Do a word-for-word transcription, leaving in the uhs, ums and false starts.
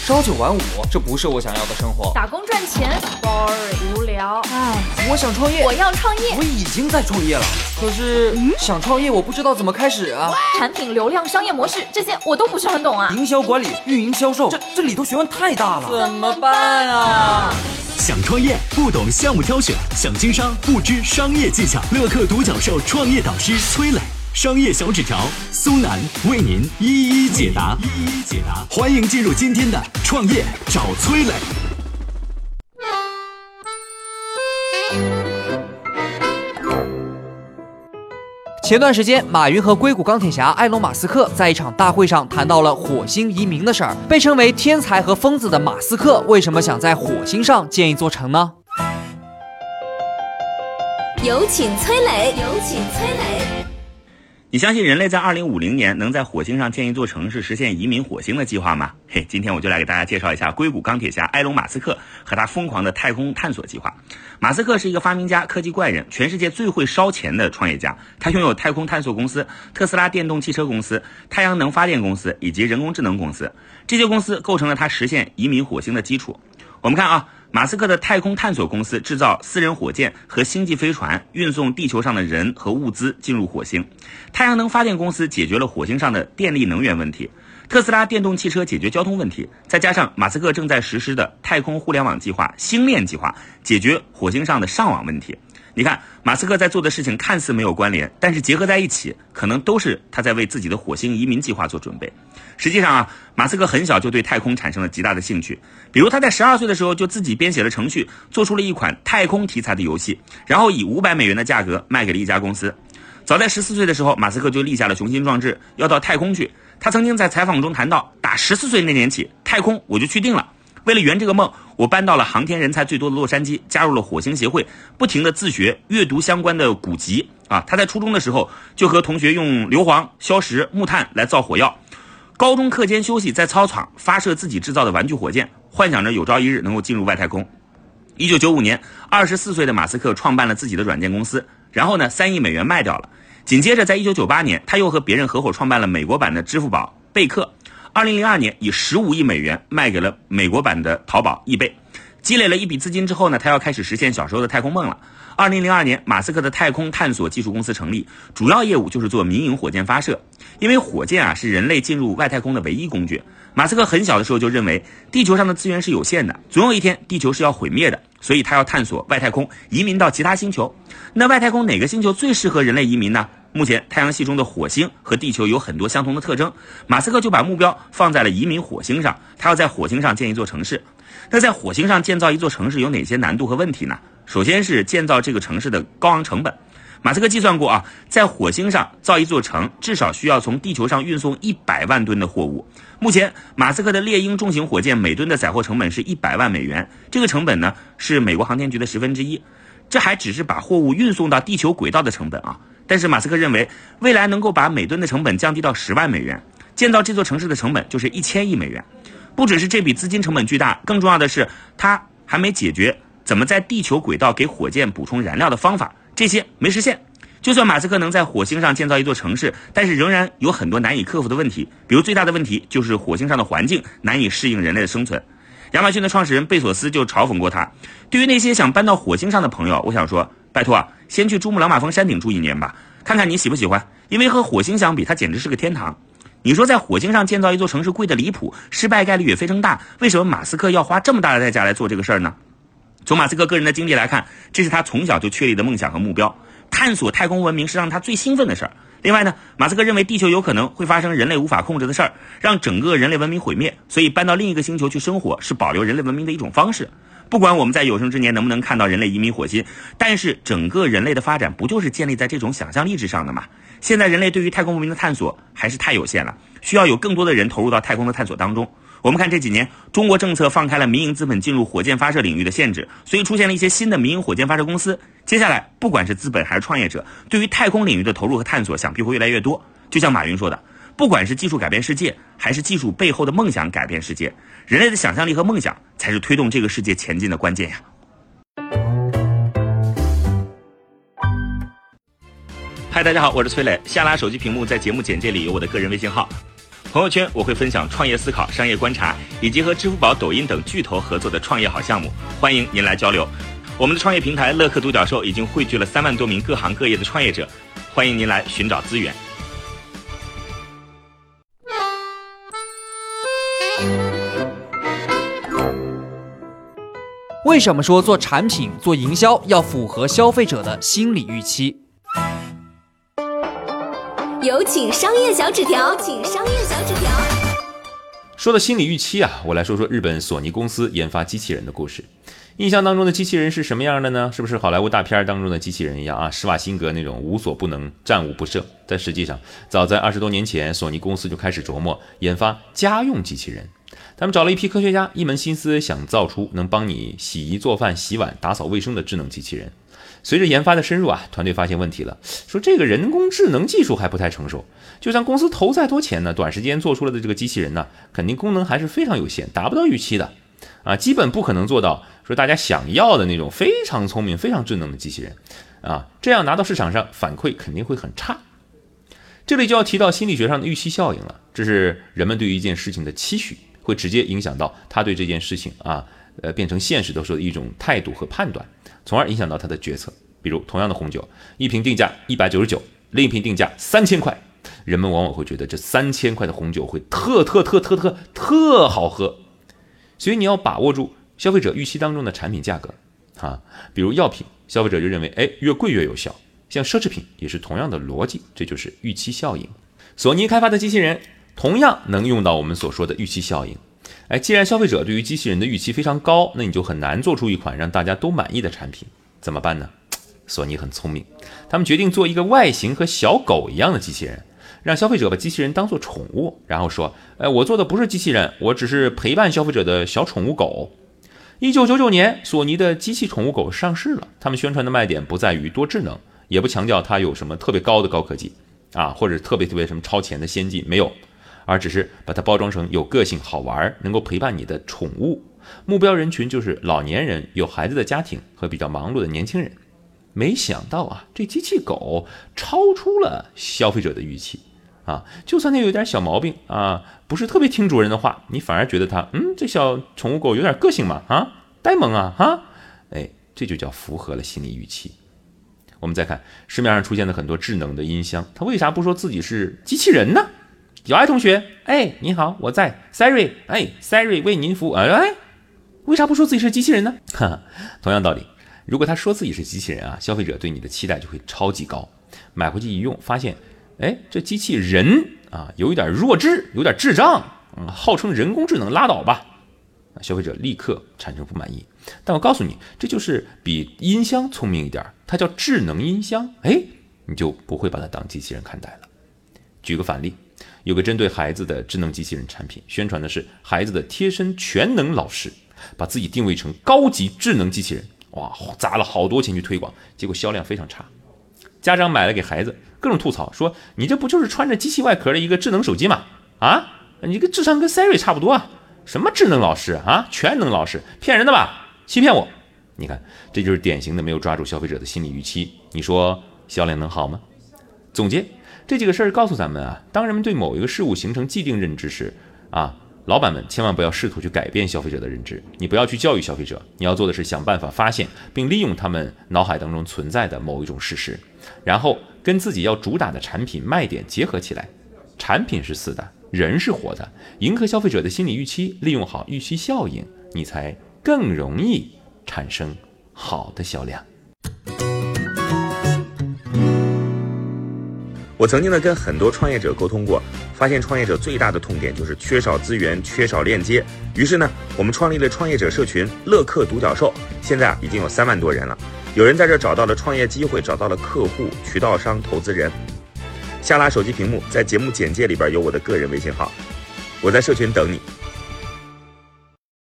朝九晚五，这不是我想要的生活。 打工赚钱 ，boring 无聊。 唉，我想创业， 我要创业。 我已经在创业了，可是、嗯、想创业我不知道怎么开始啊。 产品流量、商业模式这些我都不是很懂啊。 营销管理、运营、销售，这这里头学问太大了，怎么办啊？ 想创业不懂项目挑选，想经商不知商业技巧。乐客独角兽创业导师崔磊，商业小纸条苏南为您一一解答，一一解答。欢迎进入今天的创业找崔磊。 前段时间，马云和硅谷钢铁侠埃隆·马斯克在一场大会上谈到了火星移民的事儿。被称为天才和疯子的马斯克，为什么想在火星上建一座城呢？ 有请崔磊，有请崔磊。 你相信人类在二零五零年能在火星上建一座城市，实现移民火星的计划吗？嘿，今天我就来给大家介绍一下硅谷钢铁侠埃隆·马斯克和他疯狂的太空探索计划。马斯克是一个发明家、科技怪人，全世界最会烧钱的创业家。他拥有太空探索公司、特斯拉电动汽车公司、太阳能发电公司以及人工智能公司，这些公司构成了他实现移民火星的基础。我们看啊，马斯克的太空探索公司制造私人火箭和星际飞船，运送地球上的人和物资进入火星。太阳能发电公司解决了火星上的电力能源问题。特斯拉电动汽车解决交通问题，再加上马斯克正在实施的太空互联网计划、星链计划，解决火星上的上网问题。你看，马斯克在做的事情看似没有关联，但是结合在一起，可能都是他在为自己的火星移民计划做准备。实际上啊，马斯克很小就对太空产生了极大的兴趣，比如他在十二岁的时候就自己编写了程序，做出了一款太空题材的游戏，然后以五百美元的价格卖给了一家公司。早在十四岁的时候，马斯克就立下了雄心壮志，要到太空去。他曾经在采访中谈到，打十四岁那年起，太空我就去定了。为了圆这个梦，我搬到了航天人才最多的洛杉矶，加入了火星协会，不停地自学阅读相关的古籍啊。他在初中的时候就和同学用硫磺、硝石、木炭来造火药，高中课间休息在操场发射自己制造的玩具火箭，幻想着有朝一日能够进入外太空。一九九五年，二十四岁的马斯克创办了自己的软件公司，然后呢三亿美元卖掉了。紧接着在一九九八年，他又和别人合伙创办了美国版的支付宝贝克。二零零二年以十五亿美元卖给了美国版的淘宝易贝。积累了一笔资金之后呢，他要开始实现小时候的太空梦了。二零零二年，马斯克的太空探索技术公司成立，主要业务就是做民营火箭发射。因为火箭啊是人类进入外太空的唯一工具，马斯克很小的时候就认为地球上的资源是有限的，总有一天地球是要毁灭的，所以他要探索外太空，移民到其他星球。那外太空哪个星球最适合人类移民呢？目前太阳系中的火星和地球有很多相同的特征，马斯克就把目标放在了移民火星上，他要在火星上建一座城市。那在火星上建造一座城市有哪些难度和问题呢？首先是建造这个城市的高昂成本。马斯克计算过啊，在火星上造一座城，至少需要从地球上运送一百万吨的货物。目前马斯克的猎鹰重型火箭每吨的载货成本是一百万美元，这个成本呢是美国航天局的十分之一。这还只是把货物运送到地球轨道的成本啊。但是马斯克认为，未来能够把每吨的成本降低到十万美元，建造这座城市的成本就是一千亿美元。不只是这笔资金成本巨大，更重要的是他还没解决怎么在地球轨道给火箭补充燃料的方法，这些没实现。就算马斯克能在火星上建造一座城市，但是仍然有很多难以克服的问题，比如最大的问题就是火星上的环境难以适应人类的生存。亚马逊的创始人贝索斯就嘲讽过他，对于那些想搬到火星上的朋友，我想说，拜托啊，先去珠穆朗玛峰山顶住一年吧，看看你喜不喜欢，因为和火星相比，它简直是个天堂。你说在火星上建造一座城市贵得离谱，失败概率也非常大，为什么马斯克要花这么大的代价来做这个事儿呢？从马斯克个人的经历来看，这是他从小就确立的梦想和目标，探索太空文明是让他最兴奋的事儿。另外呢，马斯克认为地球有可能会发生人类无法控制的事儿，让整个人类文明毁灭，所以搬到另一个星球去生活是保留人类文明的一种方式。不管我们在有生之年能不能看到人类移民火星，但是整个人类的发展不就是建立在这种想象力之上的吗？现在人类对于太空文明的探索还是太有限了，需要有更多的人投入到太空的探索当中。我们看这几年，中国政策放开了民营资本进入火箭发射领域的限制，所以出现了一些新的民营火箭发射公司。接下来，不管是资本还是创业者，对于太空领域的投入和探索，想必会越来越多。就像马云说的，不管是技术改变世界，还是技术背后的梦想改变世界，人类的想象力和梦想才是推动这个世界前进的关键呀。嗨，大家好，我是崔磊。下拉手机屏幕，在节目简介里有我的个人微信号。朋友圈我会分享创业思考、商业观察， 以及和支付宝、抖音等巨头合作的创业好项目，欢迎您来交流。我们的创业平台乐客独角兽已经汇聚了三万多名各行各业的创业者，欢迎您来寻找资源。 为什么说做产品、做营销要符合消费者的心理预期？ 有请商业小纸条，请商业小纸条。 说到心理预期啊，我来说说日本索尼公司研发机器人的故事。印象当中的机器人是什么样的呢？是不是好莱坞大片当中的机器人一样啊？施瓦辛格那种无所不能、战无不胜。但实际上，早在二十多年前，索尼公司就开始琢磨研发家用机器人。他们找了一批科学家，一门心思想造出能帮你洗衣做饭、洗碗、打扫卫生的智能机器人。随着研发的深入啊，团队发现问题了，说这个人工智能技术还不太成熟，就算公司投再多钱呢，短时间做出来的这个机器人呢，肯定功能还是非常有限，达不到预期的啊，基本不可能做到说大家想要的那种非常聪明、非常智能的机器人啊，这样拿到市场上反馈肯定会很差。这里就要提到心理学上的预期效应了，这是人们对于一件事情的期许，会直接影响到他对这件事情啊，呃，变成现实的时候的一种态度和判断，从而影响到他的决策。比如同样的红酒，一瓶定价一百九十九，另一瓶定价三千块，人们往往会觉得这三千块的红酒会特特特特特特好喝。所以你要把握住消费者预期当中的产品价格啊，比如药品，消费者就认为哎越贵越有效，像奢侈品也是同样的逻辑，这就是预期效应。索尼开发的机器人同样能用到我们所说的预期效应。哎，既然消费者对于机器人的预期非常高，那你就很难做出一款让大家都满意的产品，怎么办呢？索尼很聪明，他们决定做一个外形和小狗一样的机器人，让消费者把机器人当作宠物，然后说，哎，我做的不是机器人，我只是陪伴消费者的小宠物狗。一九九九年，索尼的机器宠物狗上市了，他们宣传的卖点不在于多智能，也不强调它有什么特别高的高科技啊，或者特别特别什么超前的先进，没有，而只是把它包装成有个性、好玩，能够陪伴你的宠物。目标人群就是老年人、有孩子的家庭和比较忙碌的年轻人。没想到啊，这机器狗超出了消费者的预期啊！就算它有点小毛病啊，不是特别听主人的话，你反而觉得它，嗯，这小宠物狗有点个性嘛，啊，呆萌啊，哈，哎，这就叫符合了心理预期。我们再看市面上出现的很多智能的音箱，它为啥不说自己是机器人呢？小爱同学，哎，你好，我在 Siri， 哎 ，Siri 为您服务，哎，为啥不说自己是机器人呢？哈哈，同样道理。如果他说自己是机器人啊，消费者对你的期待就会超级高，买回去一用发现，哎，这机器人啊有一点弱智，有点智障，嗯，号称人工智能，拉倒吧，消费者立刻产生不满意。但我告诉你，这就是比音箱聪明一点，它叫智能音箱，哎，你就不会把它当机器人看待了。举个反例，有个针对孩子的智能机器人产品，宣传的是孩子的贴身全能老师，把自己定位成高级智能机器人。哇，砸了好多钱去推广，结果销量非常差。家长买了给孩子，各种吐槽说：“你这不就是穿着机器外壳的一个智能手机吗？啊，你这个智商跟 Siri 差不多啊！什么智能老师啊，全能老师，骗人的吧？欺骗我！你看，这就是典型的没有抓住消费者的心理预期。你说销量能好吗？”总结这几个事儿告诉咱们啊，当人们对某一个事物形成既定认知时，啊。老板们千万不要试图去改变消费者的认知，你不要去教育消费者，你要做的是想办法发现并利用他们脑海当中存在的某一种事实，然后跟自己要主打的产品卖点结合起来。产品是死的，人是活的，迎合消费者的心理预期，利用好预期效应，你才更容易产生好的销量。 我曾经呢跟很多创业者沟通过，发现创业者最大的痛点就是缺少资源、缺少链接。于是呢，我们创立了创业者社群乐客独角兽，现在啊已经有三万多人了。有人在这找到了创业机会，找到了客户、渠道商、投资人。下拉手机屏幕，在节目简介里边有我的个人微信号，我在社群等你。